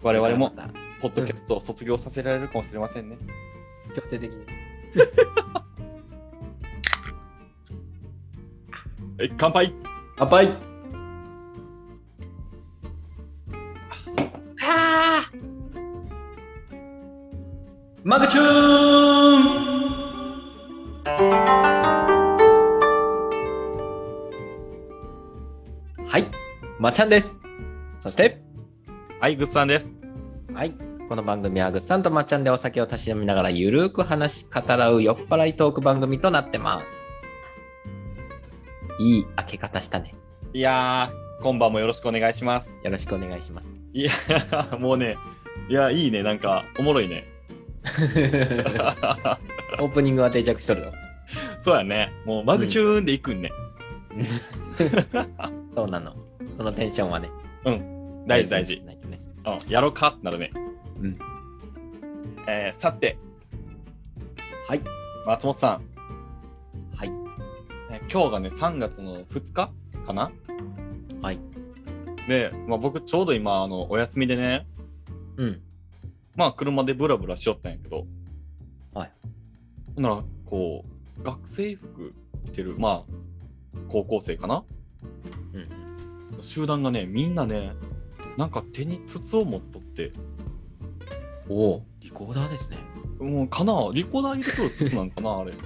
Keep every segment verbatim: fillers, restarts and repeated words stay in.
我々もまたポッドキャストを卒業させられるかもしれませんね。 強制的に。 え、乾杯。 乾杯。はあ。マグチューン。はい、まっちゃんです。そしてはい、グッさんです。 はい、この番組はぐっさんとまっちゃんでお酒をたしなみながらゆるく話し語らう酔っ払いトーク番組となってます。いい開け方したね。 いやー、今晩もよろしくお願いします。 よろしくお願いします。 いやもうね、いやいいね、なんかおもろいね。 オープニングは定着しとるよ。 そうやね、もうマグチューンでいくんね。 そうなの。そのテンションはね。 うん、大事大事。 ないとね。 うん、やろうかってなるね。 うん。 えー、さて、 はい。 松本さん。 はい。 えー今日がね、さんがつのふつかかな。 はい。 で、まあ、僕ちょうど今あのお休みでね、 うん。 まあ車でブラブラしよったんやけど、 はい。 ほんならこう学生服着てる、まあ高校生かな、 うん。 集団がね、みんなね、なんか手に筒を持っとって、 おお、リコーダーですね。 もうかな、リコーダー入れとる筒なんかなあれ。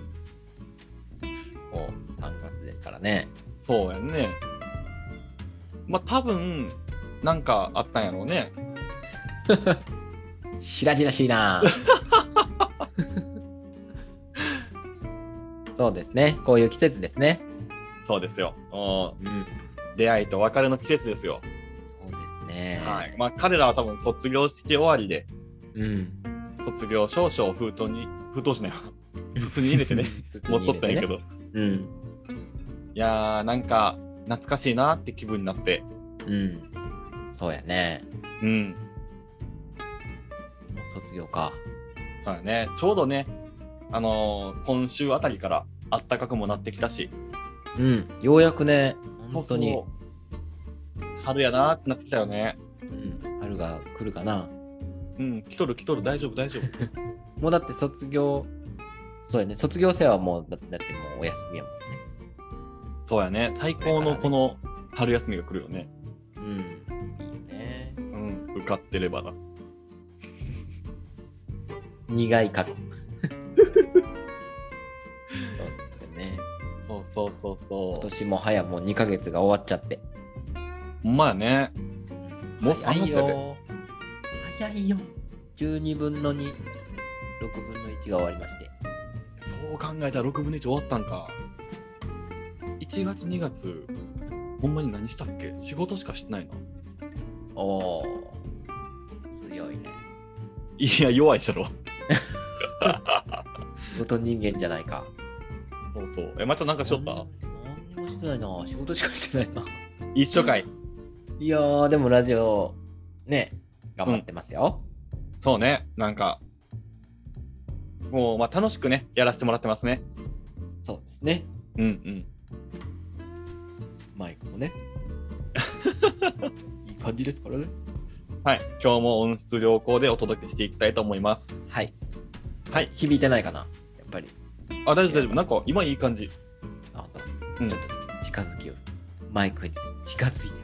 おさんがつですからね。 そうやんね。まあ多分なんかあったんやろうね。 白々しいな。そうですね。こういう季節ですね。 そうですよ。おうん。 出会いと別れの季節ですよ。 そうですね。 はい。まあ彼らは多分卒業式終わりで、 うん。 卒業証書を封筒に、封筒しないわ。筒に入れてね、持っとったんやけど。 うん。 いやー、なんか懐かしいなって気分になって。 うん。そうやね。 うん。 もう卒業か。 そうやね。ちょうどね、あのー、今週あたりからあったかくもなってきたし。 うん。ようやくね、本当に。 そうそう、春やなーってなってきたよね。 うん。春が来るかな。 うん、来とる来とる、大丈夫大丈夫。 もうだって卒業、そうやね。卒業生はもう、だってだってもうお休みやもんね。 そうやね。最高のこの春休みが来るよね。 うん。いいよね。 うん、受かってればだ。 苦い過去。そうですよね。 そうそうそうそう。 今年も早もうにかげつが終わっちゃって。 ほんまやね。もうさん早いがつやで。 よ。早いよ。じゅうにぶんのに、ろくぶんのいちが終わりまして。 そう考えたらろくぶんのいち終わったんか。いちがつにがつ、ほんまに何したっけ？仕事しかしてないな。 おー、強いね。 いや、弱いしろ。 仕事人間じゃないか。 そうそう。え、まちゃんなんかしよった？ 何にもしてないな。仕事しかしてないな。 一緒かい。 いやー、でもラジオ、ね、頑張ってますよ。 そうね。なんか、もう、まあ、楽しくね、やらせてもらってますね。 そうですね。 うんうん。 マイクもね。いい感じですからね。 はい。今日も音質良好でお届けしていきたいと思います。 はい。 はい。 響いてないかな、やっぱり。 あ、大丈夫大丈夫。なんか、今いい感じ。 あ、ほんとうんちょっと近づきよる。マイクに近づいてる。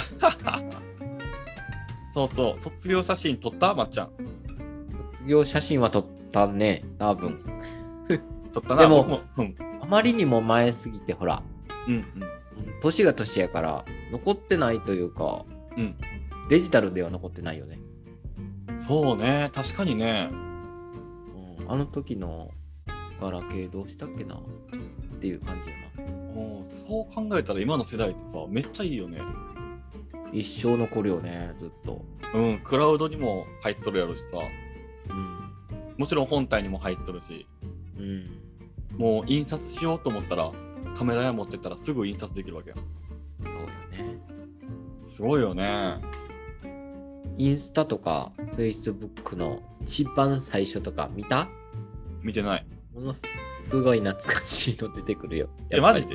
そうそう。卒業写真撮ったまっちゃん。 卒業写真は撮ったね、多分。 撮ったな。 でも僕うん。 あまりにも前すぎて、ほら、 うんうん。 年が年やから残ってないというか、 うん。 デジタルでは残ってないよね。 そうね。確かにね。 うん、あの時のガラケーどうしたっけなっていう感じやな。 もうそう考えたら今の世代ってさ、めっちゃいいよね。 一生残るよね、ずっと。 うん。クラウドにも入っとるやろしさ。 うん。 もちろん本体にも入っとるし。 うん。 もう印刷しようと思ったら、カメラ屋持ってったらすぐ印刷できるわけや。 そうよね。 すごいよね。 インスタとか Facebook の一番最初とか見た？ 見てない。 ものすごい懐かしいの出てくるよ。 え、マジで？ うん、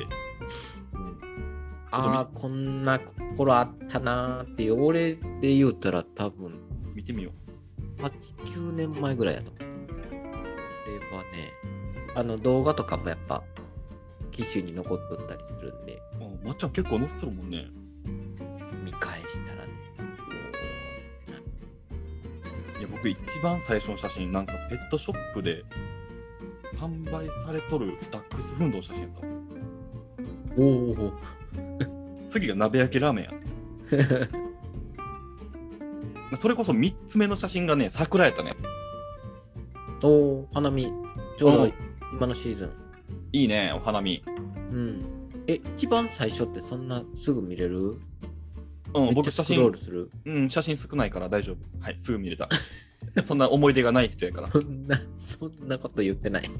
ああ、こんな頃あったなーっていう、俺で言うたら多分てみよはち、きゅうねんまえぐらいだと思う。これはね、あの動画とかもやっぱ機種に残っとったりするんで、 う。あまっちゃん結構載せてるもんね。 見返したらね、 いや僕一番最初の写真なんかペットショップで販売されとるダックスフンドの写真やった。 おお。 次が鍋焼きラーメンや。それこそみっつめの写真がね、桜やったね。 おお、花見。ちょうど今のシーズン。 いいね、お花見。 うん。え、一番最初ってそんなすぐ見れる？ うん、 めっち僕写ゃスクロー真ルする。 うん、写真少ないから大丈夫。はい、すぐ見れた。そんな思い出がない人やから。 そんな、そんなこと言ってない。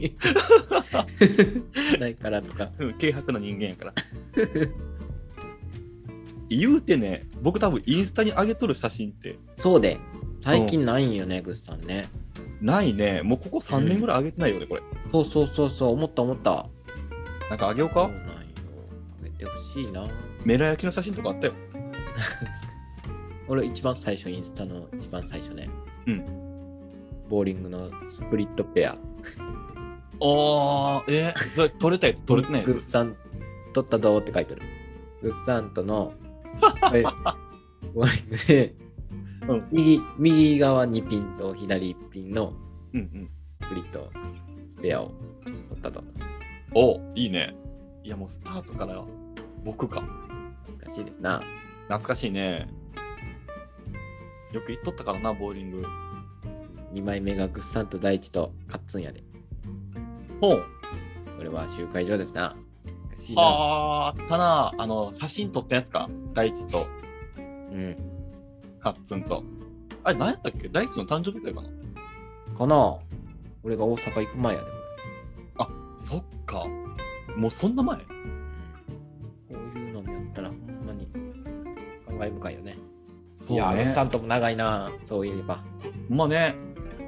ないからとか。 うん、軽薄な人間やから。言うてね、僕多分インスタに上げとる写真ってそうで、最近ないんよね、グッさんね。 ないね。もうここさんねんぐらい上げてないよね、これ。 そうそうそうそう、思った思った。 なんか上げようかそうなんよ。あげてほしいな。 メラ焼きの写真とかあったよ。 俺一番最初、インスタの一番最初ね。 うん。 ボーリングのスプリットペア。 あー、えー、それ撮れたやつ撮れてないやグッつ。 さん、撮ったどうって書いてる。グッさんとの、えボーリングで、 うん、 右、右側にピンと左いちピンのうんうん。 スプリットスペアを撮ったと。 おいいね。いやもうスタートから僕か。 懐かしいですな。 懐かしいね。よく行っとったからな、ボーリング。 にまいめがグッサンと大地とカッツンやで。 ほう。 これは集会場ですな。懐かしいな。 はあ、あったな。あの、写真撮ったやつか。大地とうん。 カッツンと。あれ、何やったっけ？大地の誕生日会かな。 かな。俺が大阪行く前やで。 あ、そっか。もうそんな前？ こういうのもやったらほんまに感慨深いよね。 そうね。 いや、グッサンとも長いな。そういえば。 まあね。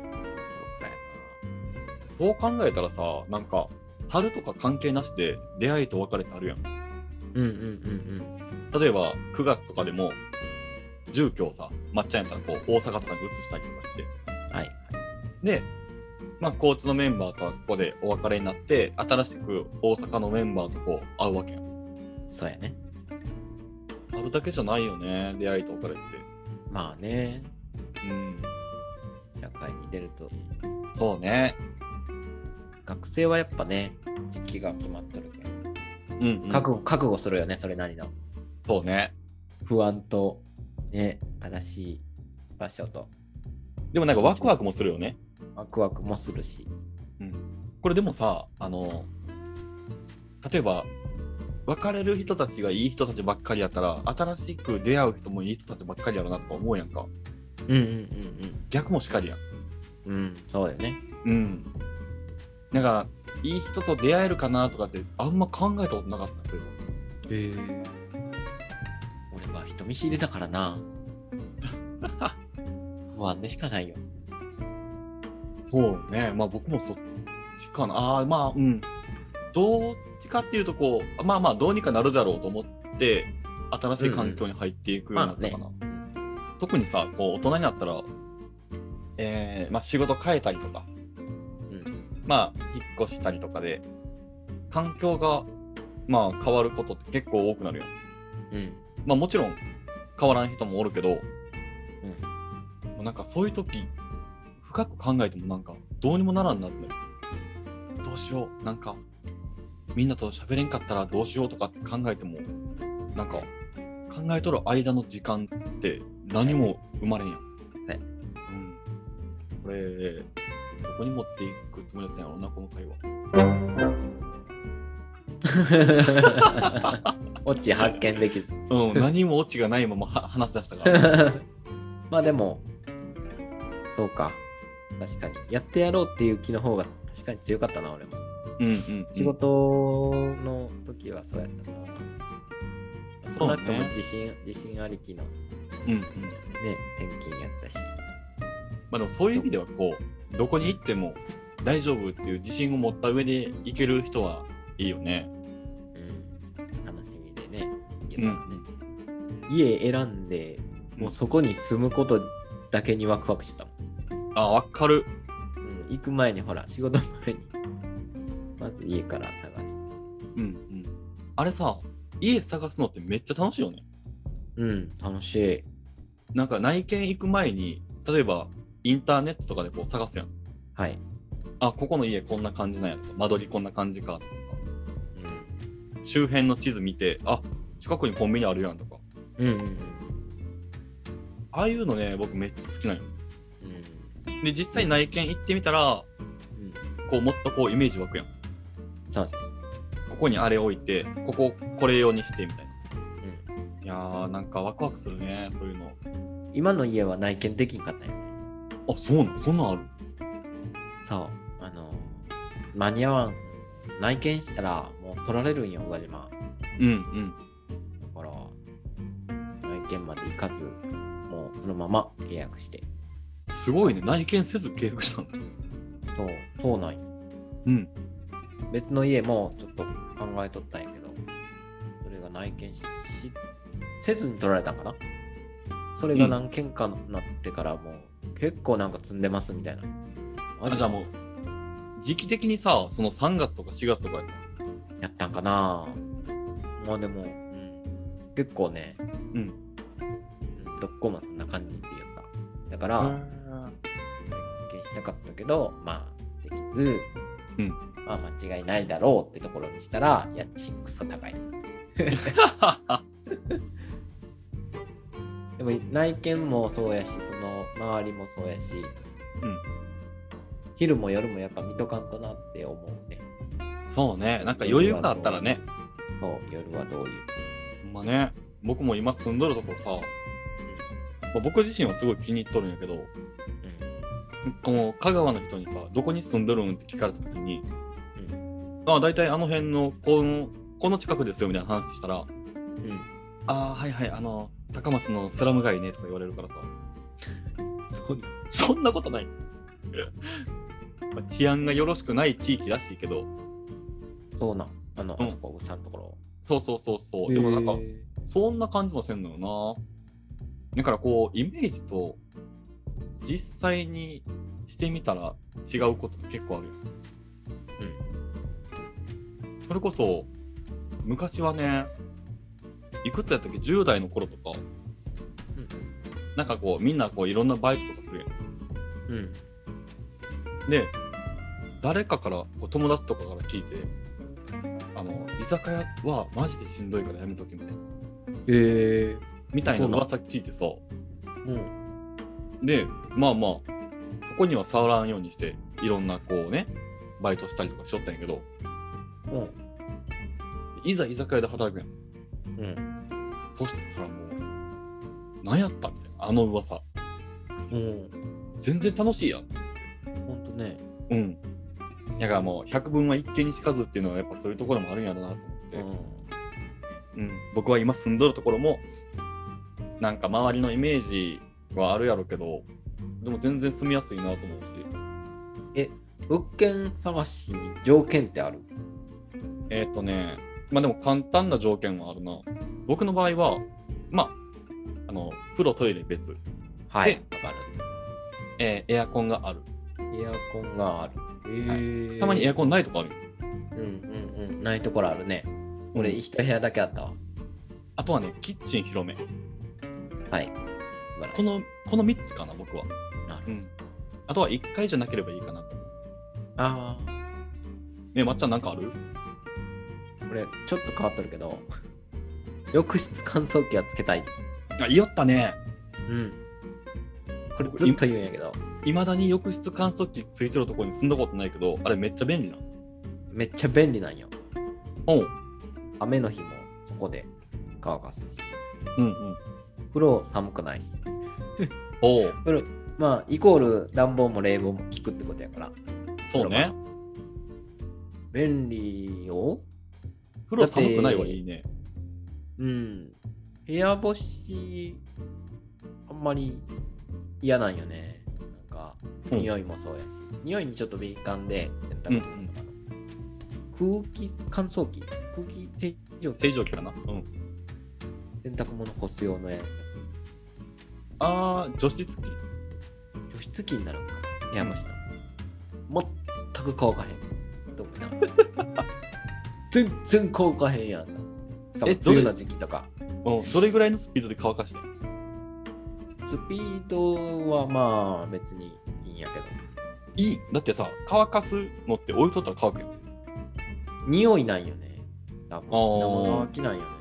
そうそう考えたらさ、なんか春とか関係なしで出会いと別れってあるやん。 うんうんうん例えばくがつとかでも住居をさ、まっちゃんやったらこう大阪とかに移したりとかしてうん。はい。 で、まあ高知のメンバーとはそこでお別れになって新しく大阪のメンバーとこう会うわけやん。 そうやね。 春だけじゃないよね、出会いと別れって。 まあね。 うん。 社会に出ると。 そうね。 学生はやっぱね、時期が決まっとるけど。 うん、うん。 覚悟、覚悟するよね、それなりの。 そうね。 不安と、ね、正しい場所と。 でもなんかワクワクもするよね。 ワクワクもするし。 うん。これでもさ、あの、例えば、別れる人たちがいい人たちばっかりやったら、新しく出会う人もいい人たちばっかりやろなとか思うやんか。 うんうんうん逆もしかりやん。 うん。うん、そうだよね。 うん。なんか、いい人と出会えるかなとかってあんま考えたことなかったけど。 へえ。俺は人見知りだからな。不安でしかないよ。 そうね。まあ僕もそっちかな。ああ、まあ、うん。どっちかっていうと、こう、まあまあ、どうにかなるだろうと思って、新しい環境に入っていくようになったかな。 まあね、 特にさ、こう、大人になったら、えー、まあ仕事変えたりとか、 うん、 まあ、引っ越したりとかで、環境が、まあ、変わることって結構多くなるよ。 うん。 まあ、もちろん、変わらん人もおるけど、 うん、 もうなんかそういう時、深く考えてもなんか、どうにもならんなってなる。どうしよう、なんか、みんなと喋れんかったらどうしようとかって考えても、なんか、考えとる間の時間って何も生まれんやん。 はい。 うん。これ、どこに持っていくつもりだったんやろうな、この会話。 オチ発見できず。 うん、何もオチがないままは話し出したから。 まあでも、そうか。確かに。やってやろうっていう気の方が確かに強かったな、俺も。 うんうん、うん。 仕事の時はそうやったな。その後も自信、自信ありきの、 うんうん。 ね、転勤やったし。 まあでもそういう意味ではこう、どこに行っても大丈夫っていう自信を持った上で行ける人はいいよね。 うん。楽しみでね。 うん、 家選んで、もうそこに住むことだけにワクワクしてたもん。 あ、わかる。 うん、行く前にほら、仕事前に、まず家から探して。 うんうん。あれさ、家探すのってめっちゃ楽しいよね。 うん、楽しい。 なんか内見行く前に、例えばインターネットとかでこう探すやん。 はい。 あ、ここの家こんな感じなんやとか、間取りこんな感じかとかうん。 さ、周辺の地図見て、あ、近くにコンビニあるやんとか。 うんうんうん。 ああいうのね、僕めっちゃ好きなんよ。 うん。 で、実際内見行ってみたら、 うん。 こうもっとこうイメージ湧くやん。 そうです。 ここにあれ置いて、こここれ用にしてみたいな。 うん。 いやー、なんかワクワクするね、そういうの。 今の家は内見できんかったよね。 あ、そうなの？そんなんある？ そう。あの、間に合わん。内見したらもう取られるんよ、宇和島。 うんうん。 だから、内見まで行かず、もうそのまま契約して。 すごいね、内見せず契約したんだ。 そう、そうなんよ。 うん。 別の家もちょっと考えとったんやけど、それが内見し、せずに取られたんかな。それが何件かになってからもう、結構なんか積んでますみたいな。 あ、じゃあもう、時期的にさ、そのさんがつとかしがつとかやったんかな。まあでも、うん、結構ね、 うん、 うん、どっこもそんな感じって言った。だから、内見したかったけど、まあ、できず、 うん、 まあ間違いないだろうってところにしたら、家賃くそ高い。でも内見もそうやし、その周りもそうやし、 うん、 昼も夜もやっぱ見とかんとなって思うね。 そうね、なんか余裕があったらね。 そう、夜はどういう。 ほんまね、僕も今住んどるとこさ、まあ、僕自身はすごい気に入っとるんやけど、うん、この香川の人にさ、どこに住んどるんって聞かれたときに、うん、ああ、大体あの辺のこの、この近くですよみたいな話したら、うん、ああ、はいはい、あの、高松のスラム街ねとか言われるからさ。そんな、そんなことない。治安がよろしくない地域らしいけど。 そうなん。あの、うん、あそこ、うさんところ。 そうそうそうそう。でもなんか、そんな感じもせんのよな。だからこう、イメージと実際にしてみたら違うことって結構あるよ。うん。それこそ、昔はね、いくつやったっけじゅう代の頃とか、うん、なんかこうみんなこういろんなバイトとかするやん、うん、で誰かからこう友達とかから聞いて、あの居酒屋はマジでしんどいからやめとけみたいな、えー、みたいな噂聞いてさ、うん、でまあまあそこには触らんようにしていろんなこうねバイトしたりとかしとったんやけど、うん、いざ居酒屋で働くやん、うん、そしたらもう何やったみたいな、あの噂、うん、全然楽しいやん。 ほんとね。 うん。だからもう百聞は一見にしかずっていうのはやっぱそういうところもあるんやろなと思って、うん、うん、僕は今住んどるところもなんか周りのイメージはあるやろうけど、でも全然住みやすいなと思うし。 え、物件探しに条件ってある？ えっ、ー、とね、まあでも簡単な条件はあるな。僕の場合は、まあ、あの、風呂トイレ別。 はい。 わかる。えー、エアコンがある。 エアコンがある。えーはい、たまにエアコンないとこあるよ。 うんうんうん。ないところあるね。俺、一部屋だけあったわ。 あとはね、キッチン広め。 はい。素晴らしい。 この、このみっつかな、僕は。 なるほど。うん、 あとはいっかいじゃなければいいかなと。 ああ。 ね、まっちゃんなんかある？ これ、ちょっと変わってるけど、浴室乾燥機はつけたい。 あ、言おったね。 うん。これずっと言うんやけど。 いまだに浴室乾燥機ついてるところに住んだことないけど、あれめっちゃ便利な。 めっちゃ便利なんよ。 おう。 雨の日もそこで乾かすし。 うんうん。 風呂寒くないし。 おう。 風呂、まあ、イコール暖房も冷房も効くってことやから。 そうね。 便利よ。 風呂寒くないはいいね。 うん。部屋干し、あんまり嫌なんよね。なんか、匂いもそうやし。うん、匂いにちょっと敏感で、洗濯物とかの、うん、空気乾燥機空気清浄機清浄機かな、うん、 洗濯物干す用のやつ。 あー、除湿機除湿機になるんかな、部屋干しの。全く乾かへん。どうかな。全然乾かへんやん。しかも梅雨の時期とか。 うん、どれぐらいのスピードで乾かしてん？ スピードはまあ別にいいんやけど。 いいだってさ、乾かすのって置いとったら乾くよ。 匂いないよね。多分生乾きなんよね。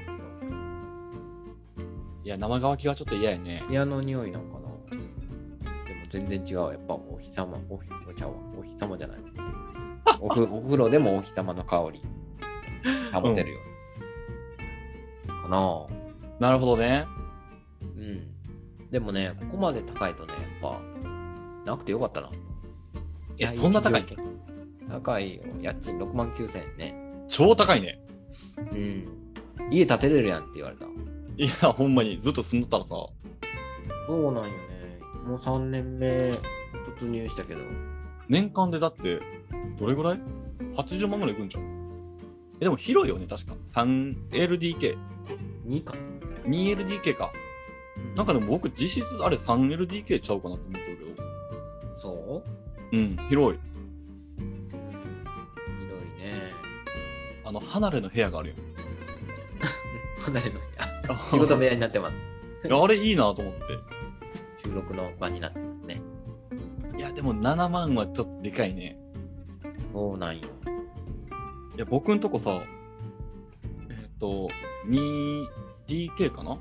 いや、生乾きはちょっと嫌やね。 部屋の匂いなんかな。でも全然違う。やっぱお日様、お日お茶はお日様じゃない。おふお風呂でもお日様の香り保てるよ、うん、かな。 なるほどね。 うん。でもね、ここまで高いとね、やっぱなくてよかったな。 え、そんな高い？ 高いよ。家賃ろくまんきゅうせんえんね。 超高いね。 うん。家建てれるやんって言われた。 いや、ほんまにずっと住んどったらさ。 そうなんよね。もうさんねんめ突入したけど。 年間でだって、どれぐらい ?はちじゅう 万ぐらいいくんちゃう？え、でも広いよね、確か。さんエルディーケー。 にか ? にエルディーケー か。なんかでも僕実質あれ さんエルディーケー ちゃうかなって思ってるけど。 そううん、広い。 うん、広いね。 あの、離れの部屋があるよ。 離れの部屋。仕事部屋になってます。 いや、あれいいなと思って。 収録の場になってますね。 いや、でもななまんはちょっとでかいね。 そうなんよ。 いや、僕んとこさ、えっと、にディーケー かな？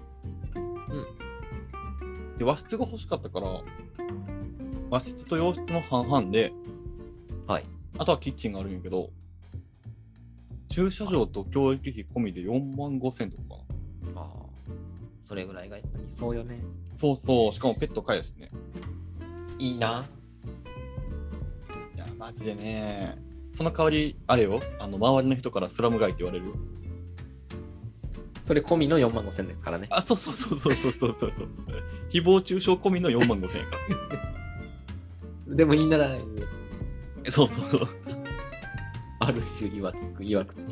うん。で、和室が欲しかったから、和室と洋室の半々で、 はい。 あとはキッチンがあるんやけど、駐車場と教育費込みでよんまんごせんとかかな。 ああ、それぐらいがやっぱりそうよね。 そうそう、しかもペット飼えやしね。 いいな。 いや、マジでね。その代わり、あれよ、あの、周りの人からスラム街って言われるよ。 それ込みのよんまんごせんですからね。 あ、そうそうそうそうそうそうそうそう。誹謗中傷込みのよんまんごせん円かでもいいならいいら。そうそうそう。 ある種いわつく、いわくつき。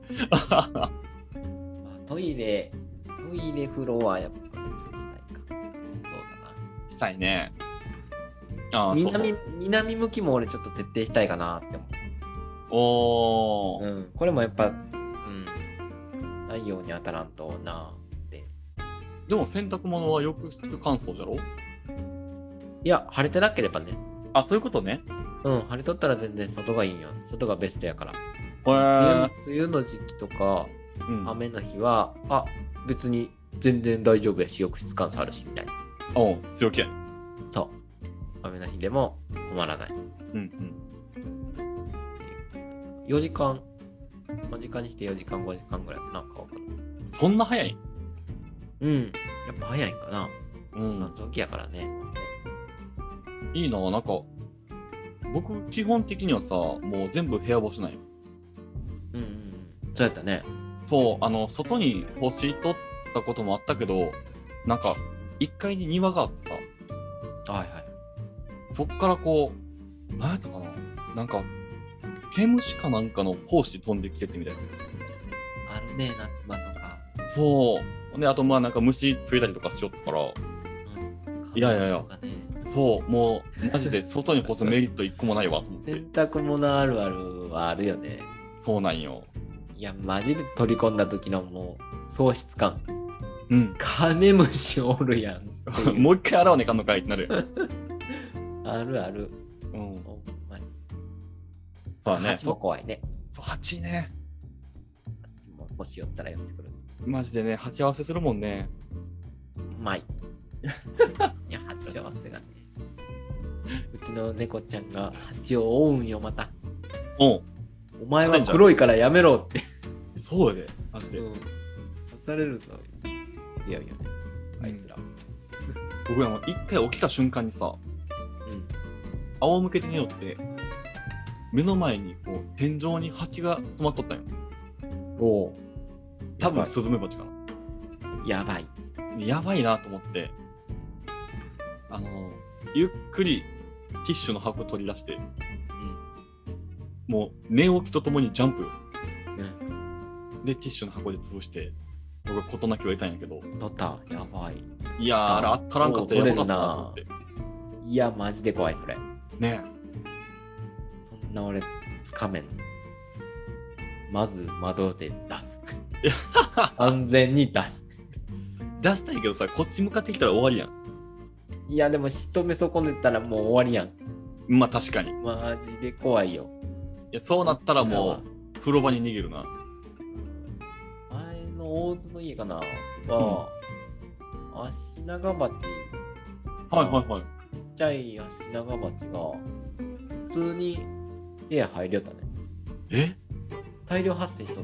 トイレ、トイレフロアやっぱ別にしたいか。そうだな。 したいね。あ南そうそう南向きも俺ちょっと徹底したいかなって思う。 おー、 うん、これもやっぱ、うん、太陽に当たらんとなって。 でも洗濯物は浴室乾燥じゃろ？ いや、晴れてなければね。 あ、そういうことね。 うん、晴れとったら全然外がいいんよ。外がベストやから。 へー。 梅雨、梅雨の時期とか、 うん、 雨の日は、あ、別に全然大丈夫やし、浴室乾燥あるし、みたいな。 おう、強気やね。 そう。雨の日でも困らない。 うんうん。 よじかん、まあ、時間にしてよじかん、ごじかんぐらいかな、乾くの。 そんな早い？ うん。やっぱ早いんかな。 うん。 乾燥機やからね。 いいな、なんか、僕、基本的にはさ、もう全部部屋干しなんよ。 うんうんうん。そうやったね。 そう、あの、外に干しとったこともあったけど、なんか、いっかいに庭があってさ、はいはい。 そっからこう、なんやったかな、なんか、毛虫かなんかの胞子飛んできててみたいな。 あるね、夏場とか。 そう。で、あとまあなんか虫ついたりとかしよったから、うん、いやいやいや、そう、もうマジで外に干すメリット一個もないわと思って。 洗濯物あるあるはあるよね。 そうなんよ。 いや、マジで取り込んだ時のもう、喪失感。 うん。 カメムシおるやん。 もう一回洗わねえかんのかいってなるよ。 あるある。 うん。 ほんまに。 そうだね。 蜂も怖いね。 そう、蜂ね。 蜂ももし寄ったら寄ってくる。 マジでね、鉢合わせするもんね。 うまい。いや、鉢合わせがね。うちの猫ちゃんが蜂を追うんよ、また。 おう。 お前は黒いからやめろって。 そうやで、マジで。うん。 刺されるぞ。強いよね、あいつら。 僕はもう一回起きた瞬間にさ、うん、仰向けて寝よって、目の前にこう天井に蜂が止まっとったんよ。おお。多分スズメバチかな。 やばい。 やばいなと思って、あの、ゆっくりティッシュの箱取り出して、うん、もう寝起きとともにジャンプよ。うん、で、ティッシュの箱で潰して、僕は事なきを得たんやけど。 取った。やばい。 いやー、あれあったらんかったらやばかったなと思って。 いや、マジで怖い、それ。 ねそんな俺、つかめんの。まず窓で出す。安全に出す。 出したいけどさ、こっち向かってきたら終わりやん。 いや、でも人目損ねたらもう終わりやん。 まあ確かに。いマジで怖いよ。 や、そうなったらもう、風呂場に逃げるな。 前の大津の家かなは、足長鉢。 はいはいはい。 ちっちゃい足長鉢が、普通に部屋入りよったね。 え大量発生しとって、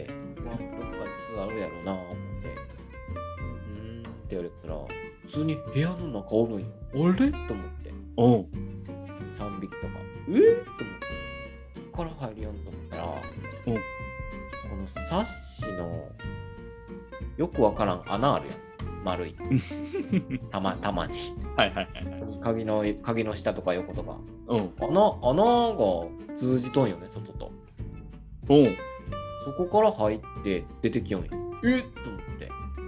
まあ、どっかに巣あるやろうなぁ思って、うーんって言われたら、普通に部屋の中おるんよ。あれと思って。 おう。 さんびきとか。えと思って。こっから入るやんと思ったら、 うんこのサッシの、よくわからん穴あるやん。丸い。たま、たまに。 はいはいはいはい。 鍵の、鍵の下とか横とか。 うん。 穴、穴が通じとんよね、外と。 おう。 そこから入って出てきよんよ。えっと思って。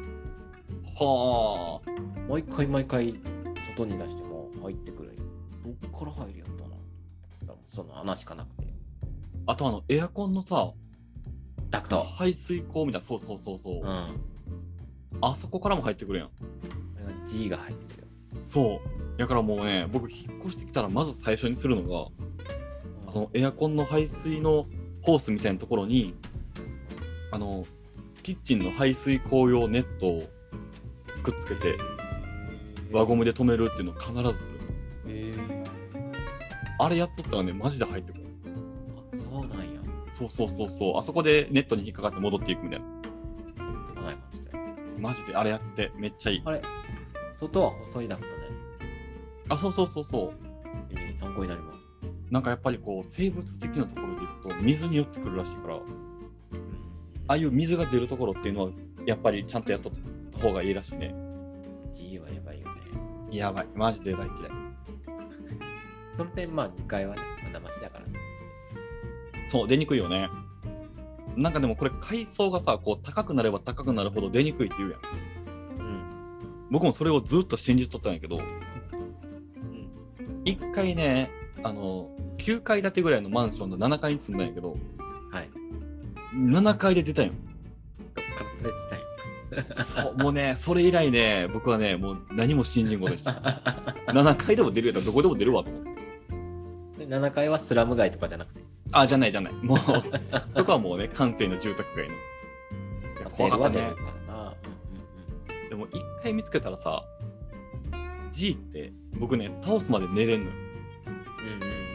はあ。 毎回毎回外に出しても入ってくるんよ。どっから入るやったな。だからもうその穴しかなくて。 あとあの、エアコンのさ、 ダクト。 排水口みたいな、そうそうそうそう。 うん。ああそこからも入ってくるやん。 れが G が入ってくるよ。 そう。だからもうね、僕引っ越してきたらまず最初にするのが、あの、エアコンの排水のホースみたいなところに、あの、キッチンの排水口用ネットをくっつけて、輪ゴムで止めるっていうのを必ずする。 へーあれやっとったらね、マジで入ってくる。 あ、そうなんや。 そうそうそうそう。あそこでネットに引っかかって戻っていくみたいな。 そうないかもしれない。 マジであれやってめっちゃいい。 あれ外は細いダクトね。 あ、そうそうそうそう。 えー、参考になります。 なんかやっぱりこう生物的なところでいくと水に寄ってくるらしいから、ああいう水が出るところっていうのはやっぱりちゃんとやっとった方がいいらしいね。 G はやばいよね。 やばい。マジで大嫌い。 その点、まあにかいはね、まだましだからね。 そう、出にくいよね。なんかでもこれ階層がさ、こう高くなれば高くなるほど出にくいって言うやん。 うん。 僕もそれをずっと信じとったんやけど、 うん。 一回ね、あの、きゅうかい建てぐらいのマンションのななかいに住んだんやけど、 はい。 ななかいで出たんよ。 どっから連れてきたんや。 そう、もうね、それ以来ね、僕はね、もう何も信じんことにした。ななかいでも出るやったらどこでも出るわと思って。 でななかいはスラム街とかじゃなくて。 あ、じゃないじゃない。もう、そこはもうね、閑静な住宅街の。いや、怖かったね。 出るからな。うんでも一回見つけたらさ、G って僕ね、倒すまで寝れんのよ。 うんうん。うんうん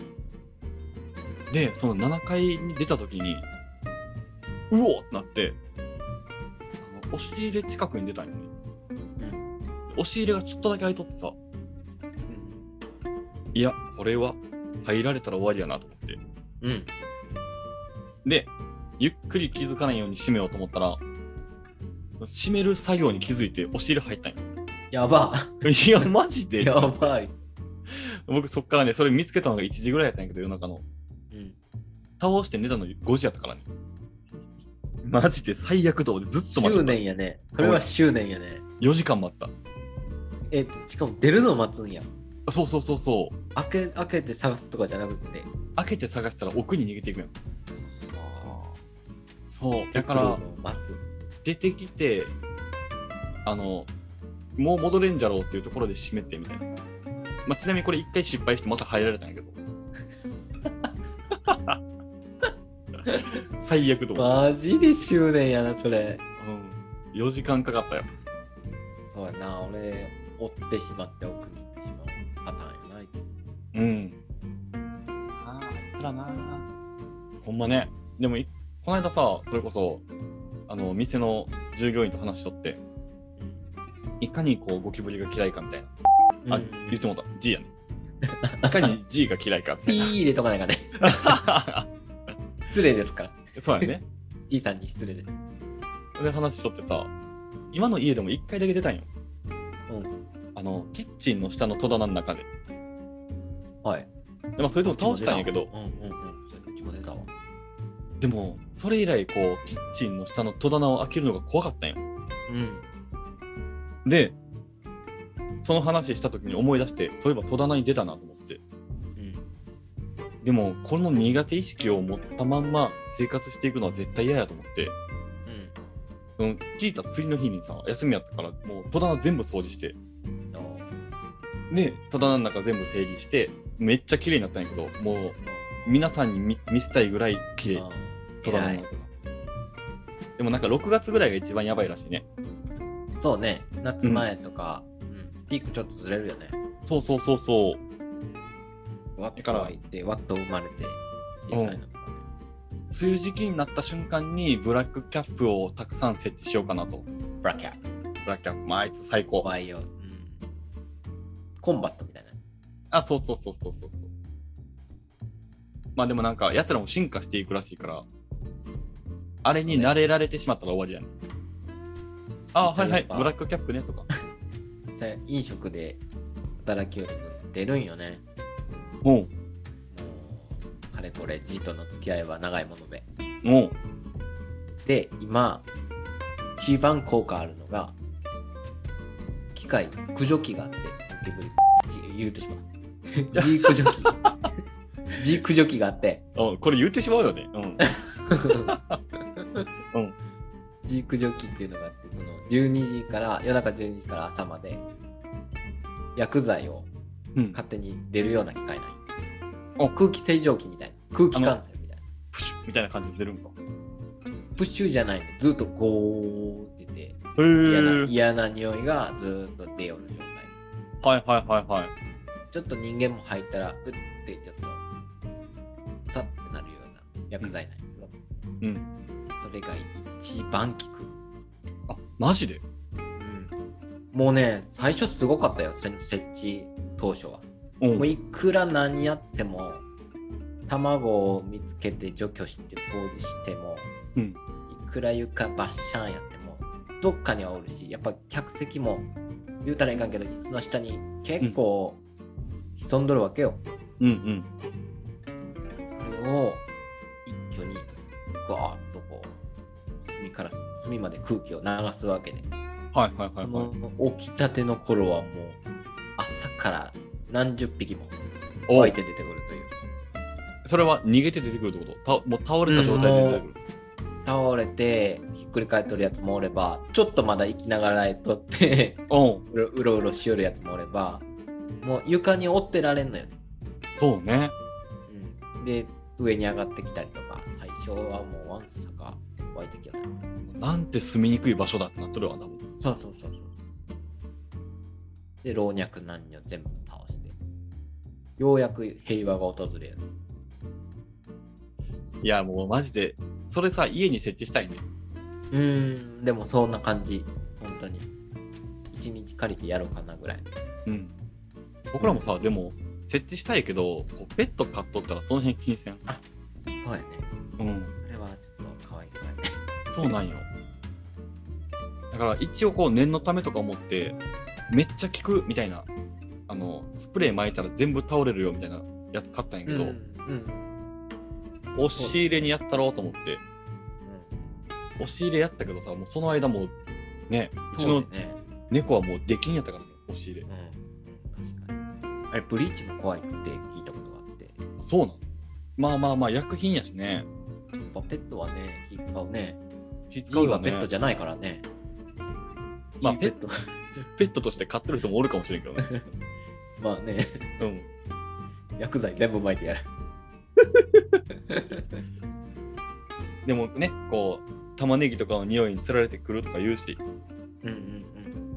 で、そのななかいに出た時に、うおってなって、あの押し入れ近くに出たんよね。 うん押し入れがちょっとだけ開いとってさ、 うん。 いや、これは入られたら終わりやなと思って。 うん。うん。 で、ゆっくり気づかないように閉めようと思ったら、閉める作業に気づいて押し入れ入ったんよ。 やば。 いや、マジで。 やばい。 僕そっからね、それ見つけたのがいちじぐらいやったんやけど、夜中の。 うん。 倒して寝たのごじやったからね。マジで最悪と思ってずっと待っちゃ執った。 念やね。それは執念やね。 よじかん待った。 え、しかも出るの待つんや。 そうそうそうそう。 開け、開けて探すとかじゃなくて。 開けて探したら奥に逃げていくやん。 あそう。 あ。 だから待つ。 出てきて、あの、もう戻れんじゃろうっていうところで閉めてみたいな。まあ、ちなみにこれ一回失敗してまた入られたんやけど。最悪と思って。 マジで執念やな、それ。 うん。よじかんかかったよ。 そうやな、俺、追ってしまって奥に行ってしまうパターンやな、いつも。 うん。ああ、あいつらな。ほんまね。でもい、この間さ、それこそ、あの、店の従業員と話しとって、いかにこうゴキブリが嫌いかみたいな。あ、 うん言ってもうた。G やね。いかに G が嫌いかみたいピー入れとかないかね。 な。 失礼ですから。 そうやね。 G さんに失礼です。 で、話しとってさ、今の家でもいっかいだけ出たんよ。 うん。 あの、キッチンの下の戸棚の中で。 はい。 でもそれとも倒したんやけど、 うんうんうん。それうちも出たわ。 でも、それ以来、こう、キッチンの下の戸棚を開けるのが怖かったんよ。 うん。 で、 その話した時に思い出して、そういえば戸棚に出たなと思って、うん、でもこの苦手意識を持ったまんま生活していくのは絶対嫌やと思って、うん、その聞いた次の日にさ、休みやったからもう戸棚全部掃除して、で戸棚の中全部整理してめっちゃ綺麗になったんやけど、もう皆さんに 見, 見せたいぐらい綺麗。戸棚の中でもなんかろくがつぐらいが一番やばいらしいね。 そうね、夏前とか、うんうん、ピークちょっとずれるよね。 そうそうそうそう。 ワット湧いて、ワット生まれて、小さいのとかね。 梅雨時期になった瞬間にブラックキャップをたくさん設置しようかなと。 ブラックキャップ。 ブラックキャップ、まあ、あいつ最高。 バイオ、うん。コンバットみたいな。 あ、そうそうそうそうそう。まあでもなんか、奴らも進化していくらしいから、あれに慣れられてしまったら終わりやね。あ、はいはい、ブラックキャップねとか。 飲食で働きより出るんよね。 おう。 もうかれこれ G との付き合いは長いもので。 おう。 で、今一番効果あるのが機械駆除機があって、言うとしまう。G 駆除機。G 駆除機があって。 あ、これ言ってしまうよね。うん。うん。 G 駆除機っていうのがあって、そのじゅうにじから夜中じゅうにじから朝まで薬剤を勝手に出るような機械ない、うん、空気清浄機みたいな、空気感染みたいな、 プシュみたいな感じで出るんか。 プッシュじゃないの、ずっとゴーって出て、嫌な嫌な匂いがずっと出よる状態。はいはいはいはい。 ちょっと人間も入ったらうってちょっとさってなるような薬剤なんやけど、うん、それが一番効く。 あ、マジで？ うん。もうね、最初すごかったよ、設置当初は。うん、もういくら何やっても、卵を見つけて除去して掃除しても、うん、いくら床バッシャンやっても、どっかにはおるし、やっぱ客席も言うたらいかんけど、椅子の下に結構潜んどるわけよ。うんうん。それを一挙にガーッとこう、隅から隅まで空気を流すわけで。 はいはいはい、はい。その起きたての頃はもう朝から何十匹も湧いて出てくるという。 それは逃げて出てくるってこと？たもう倒れた状態で出てくる、 うん、倒れてひっくり返っとるやつもおれば、ちょっとまだ生きながらえとってうろうろうろしよるやつもおれば、もう床に折ってられんのよね。 そうね、 うん、で上に上がってきたりとか、最初はもうわんさか湧いてきやった。 なんて住みにくい場所だってなっとるわ、多分。 そうそうそうそう。で老若男女全部倒して、ようやく平和が訪れる。 いやもうマジでそれさ、家に設置したいね。 うーん、でもそんな感じ、本当に一日借りてやろうかなぐらい。 うん。僕らもさ、うん、でも設置したいけど、こうペット飼っとったらその辺気にせん。 あ、そうやね。うん。それはちょっとかわいそうやね。 そうなんよ。だから一応こう念のためとか思ってめっちゃ効くみたいな、あのスプレー巻いたら全部倒れるよみたいなやつ買ったんやけど、うんうん、押し入れにやったろうと思って、うん、押し入れやったけどさ、もうその間もうね、うちの猫はもう出禁やったからね、押し入れ、うん、 確かに。あれブリーチも怖いって聞いたことがあって。 そうなの？まあまあまあ薬品やしね。 やっぱペットはね、気使うね。 気使うよね。 G はペットじゃないからね。 まあペットペットとして飼ってる人もおるかもしれんけどね。 まあね。うん。薬剤全部巻いてやる。 でもね、こう玉ねぎとかの匂いにつられてくるとか言うし、うんうんうん。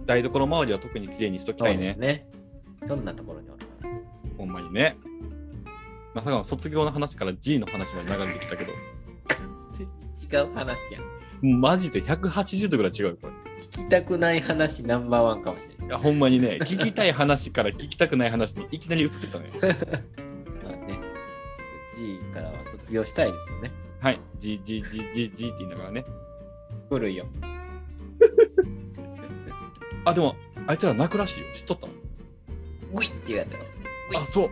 台所周りは特に綺麗にしときたいね。 そうですね。どんなところにおるかな。 ほんまにね。まさかの卒業の話から G の話まで流れてきたけど。 違う話やん。 マジでひゃくはちじゅうどぐらい違うよこれ。 聞きたくない話ナンバーワンかもしれない。 いやほんまにね、聞きたい話から聞きたくない話にいきなり移ってたね。 まあね、ちょっと G からは卒業したいですよね。 はい、G、G、G、G、G って言いながらね。 古いよ。 あ、でも、あいつら泣くらしいよ。知っとったの？ グイっていうやつやろ。 あ、そう。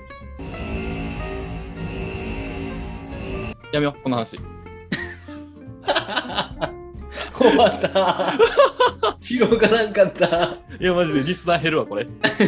やめよう、この話。 終わった。広がらんかった。 いや、マジでリスナー減るわ、これ。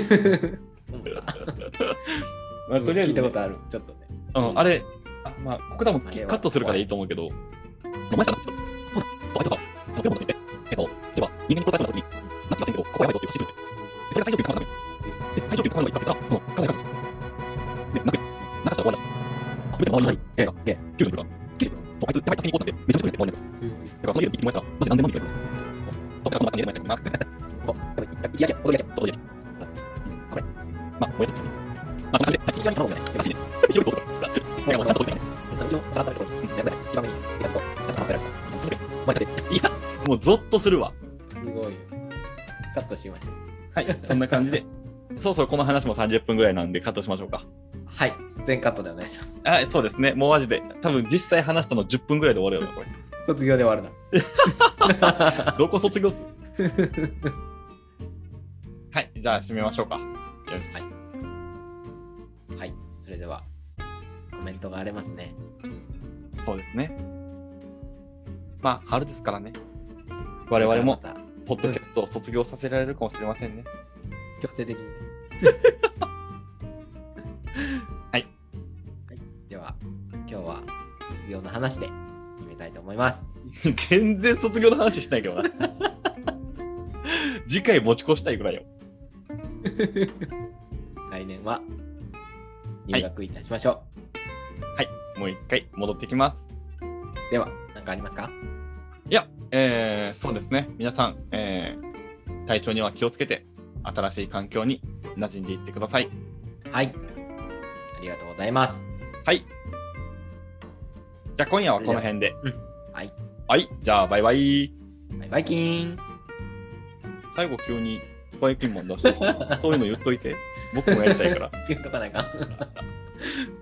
まあ、とりあえず、ね、 聞いたことある。ちょっとね。 うん、あれ、あまあ、ここ多分カットするからいいと思うけど、お前さん、そう、あいつさ、えっと、例えば、人間に殺された時に、なんて言わせんけど、ここやばいぞって言ってそれが最上級の考えで、最上級の考えがいつかってたら、その考え方。で、なく、なかしたら終わりだし。あ、それで周りの、え、すげえ、きゅうじゅうから、きゅうじゅう、そう、あいつ、やばい、助けに行こうってなって、めちゃめちゃ来るって終わりですよ。だから、その家で一気に燃えたら、マジ何千万人くらい来る。そう、だから、この中に入れましたけどな。お、やばい、いきやけ、踊りやけ、そう、踊りやけ。あれ、まあ、燃えてる。まあ、そんな感じで、はい、いきなり頼むよね。らしいね。広いどうするか。なんかもうちゃんと届いてね。うちの皿食べるところに、やばい、一番目に、やっと、なんか話せられた。いや、もうゾッとするわ。 すごい。カットしましょう。 はい、そんな感じで。そろそろこの話もさんじゅっぷんぐらいなんでカットしましょうか。 はい、全カットでお願いします。 はい、そうですね。もうマジで。多分実際話したのじゅっぷんぐらいで終わるよな、これ。 卒業で終わるな。どこ卒業すはい、じゃあ締めましょうか。よし。 はい。はい、それではコメントがありますね。 そうですね。まあ、春ですからね。我々もポッドキャストを卒業させられるかもしれませんね。 強制的にね。 はい。 はい。では、今日は卒業の話で締めたいと思います。 全然卒業の話しないけどな。次回持ち越したいぐらいよ。 来年は入学いたしましょう。はい。はい、もう一回戻ってきます。 では、何かありますか？ いや、えー、そうですね。皆さん、えー、体調には気をつけて、新しい環境に馴染んでいってください。 はい。ありがとうございます。 はい。じゃあ今夜はこの辺で。 うん。はい。 はい。じゃあバイバイ。 バイバイキーン。 最後急にバイキンマン出してきた。そういうの言っといて。僕もやりたいから。 言っとかないか。